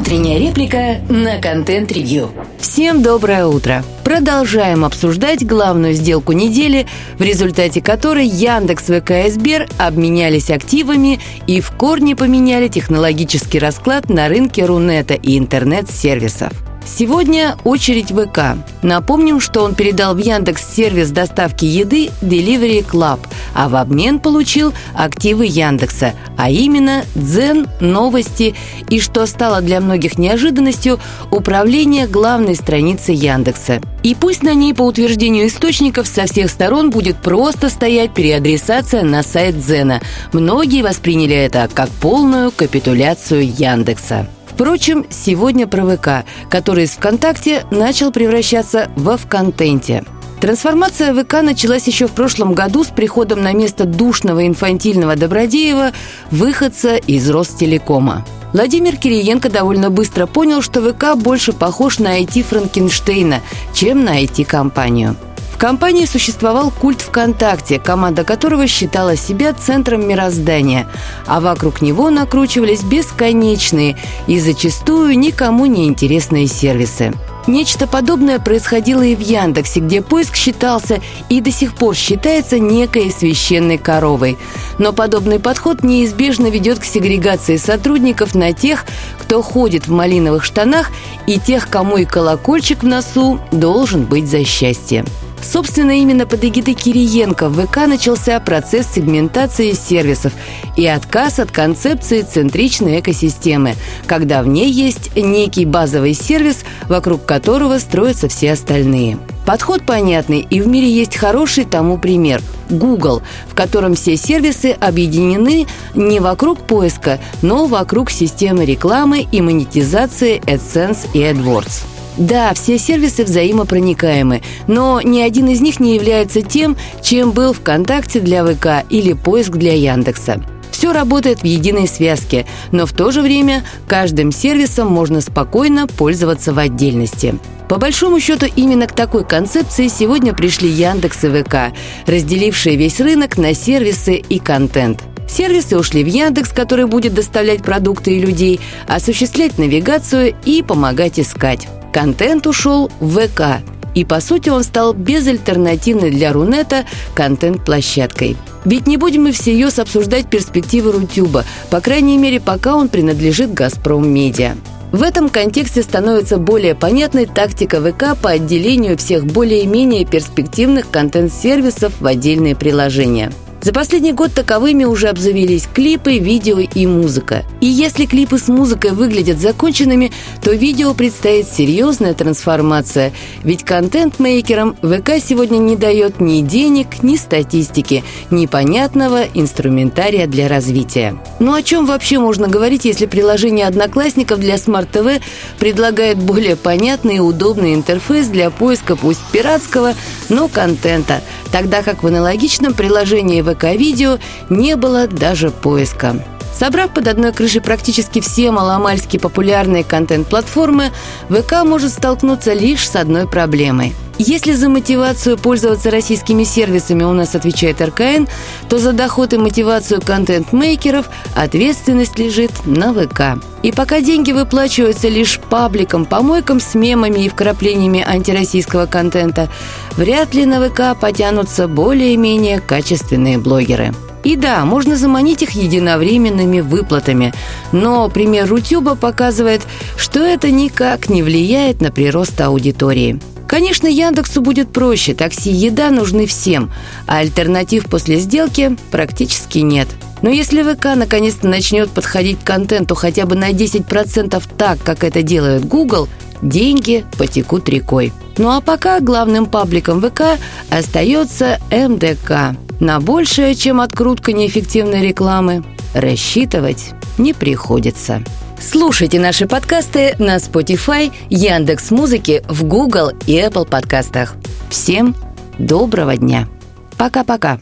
Утренняя реплика на Контент-ревью. Всем доброе утро! Продолжаем обсуждать главную сделку недели, в результате которой Яндекс, ВК и Сбер обменялись активами и в корне поменяли технологический расклад на рынке Рунета и интернет-сервисов. Сегодня очередь ВК. Напомним, что он передал в Яндекс сервис доставки еды Delivery Club, а в обмен получил активы Яндекса, а именно Дзен, новости и, что стало для многих неожиданностью, управление главной страницей Яндекса. И пусть на ней, по утверждению источников, со всех сторон будет просто стоять переадресация на сайт Дзена. Многие восприняли это как полную капитуляцию Яндекса. Впрочем, сегодня про ВК, который из ВКонтакте начал превращаться во ВКонтенте. Трансформация ВК началась еще в прошлом году с приходом на место душного инфантильного Добродеева выходца из Ростелекома. Владимир Кириенко довольно быстро понял, что ВК больше похож на IT-Франкенштейна, чем на IT-компанию. В компании существовал культ ВКонтакте, команда которого считала себя центром мироздания, а вокруг него накручивались бесконечные и зачастую никому не интересные сервисы. Нечто подобное происходило и в Яндексе, где поиск считался и до сих пор считается некой священной коровой. Но подобный подход неизбежно ведет к сегрегации сотрудников на тех, кто ходит в малиновых штанах, и тех, кому и колокольчик в носу должен быть за счастье. Собственно, именно под эгидой Кириенко в ВК начался процесс сегментации сервисов и отказ от концепции центричной экосистемы, когда в ней есть некий базовый сервис, вокруг которого строятся все остальные. Подход понятный, и в мире есть хороший тому пример – Google, в котором все сервисы объединены не вокруг поиска, но вокруг системы рекламы и монетизации AdSense и AdWords. Да, все сервисы взаимопроникаемы, но ни один из них не является тем, чем был ВКонтакте для ВК или поиск для Яндекса. Все работает в единой связке, но в то же время каждым сервисом можно спокойно пользоваться в отдельности. По большому счету, именно к такой концепции сегодня пришли Яндекс и ВК, разделившие весь рынок на сервисы и контент. Сервисы ушли в Яндекс, который будет доставлять продукты и людей, осуществлять навигацию и помогать искать. Контент ушел в ВК, и по сути он стал безальтернативной для Рунета контент-площадкой. Ведь не будем мы всерьез обсуждать перспективы Рутюба, по крайней мере, пока он принадлежит «Газпром Медиа». В этом контексте становится более понятной тактика ВК по отделению всех более-менее перспективных контент-сервисов в отдельные приложения. За последний год таковыми уже обзавелись клипы, видео и музыка. И если клипы с музыкой выглядят законченными, то видео предстоит серьезная трансформация. Ведь контент-мейкерам ВК сегодня не дает ни денег, ни статистики, ни понятного инструментария для развития. Ну о чем вообще можно говорить, если приложение Одноклассников для Смарт-ТВ предлагает более понятный и удобный интерфейс для поиска пусть пиратского, но контента, тогда как в аналогичном приложении ВК-видео не было даже поиска. Собрав под одной крышей практически все маломальски популярные контент-платформы, ВК может столкнуться лишь с одной проблемой. Если за мотивацию пользоваться российскими сервисами у нас отвечает РКН, то за доход и мотивацию контент-мейкеров ответственность лежит на ВК. И пока деньги выплачиваются лишь пабликам-помойкам с мемами и вкраплениями антироссийского контента, вряд ли на ВК потянутся более-менее качественные блогеры. И да, можно заманить их единовременными выплатами, но пример Рутюба показывает, что это никак не влияет на прирост аудитории. Конечно, Яндексу будет проще, такси и еда нужны всем, а альтернатив после сделки практически нет. Но если ВК наконец-то начнет подходить к контенту хотя бы на 10% так, как это делает Google, деньги потекут рекой. Ну а пока главным пабликом ВК остается МДК. На большее, чем открутка неэффективной рекламы, рассчитывать не приходится. Слушайте наши подкасты на Spotify, Яндекс.Музыке, в Google и Apple подкастах. Всем доброго дня. Пока-пока.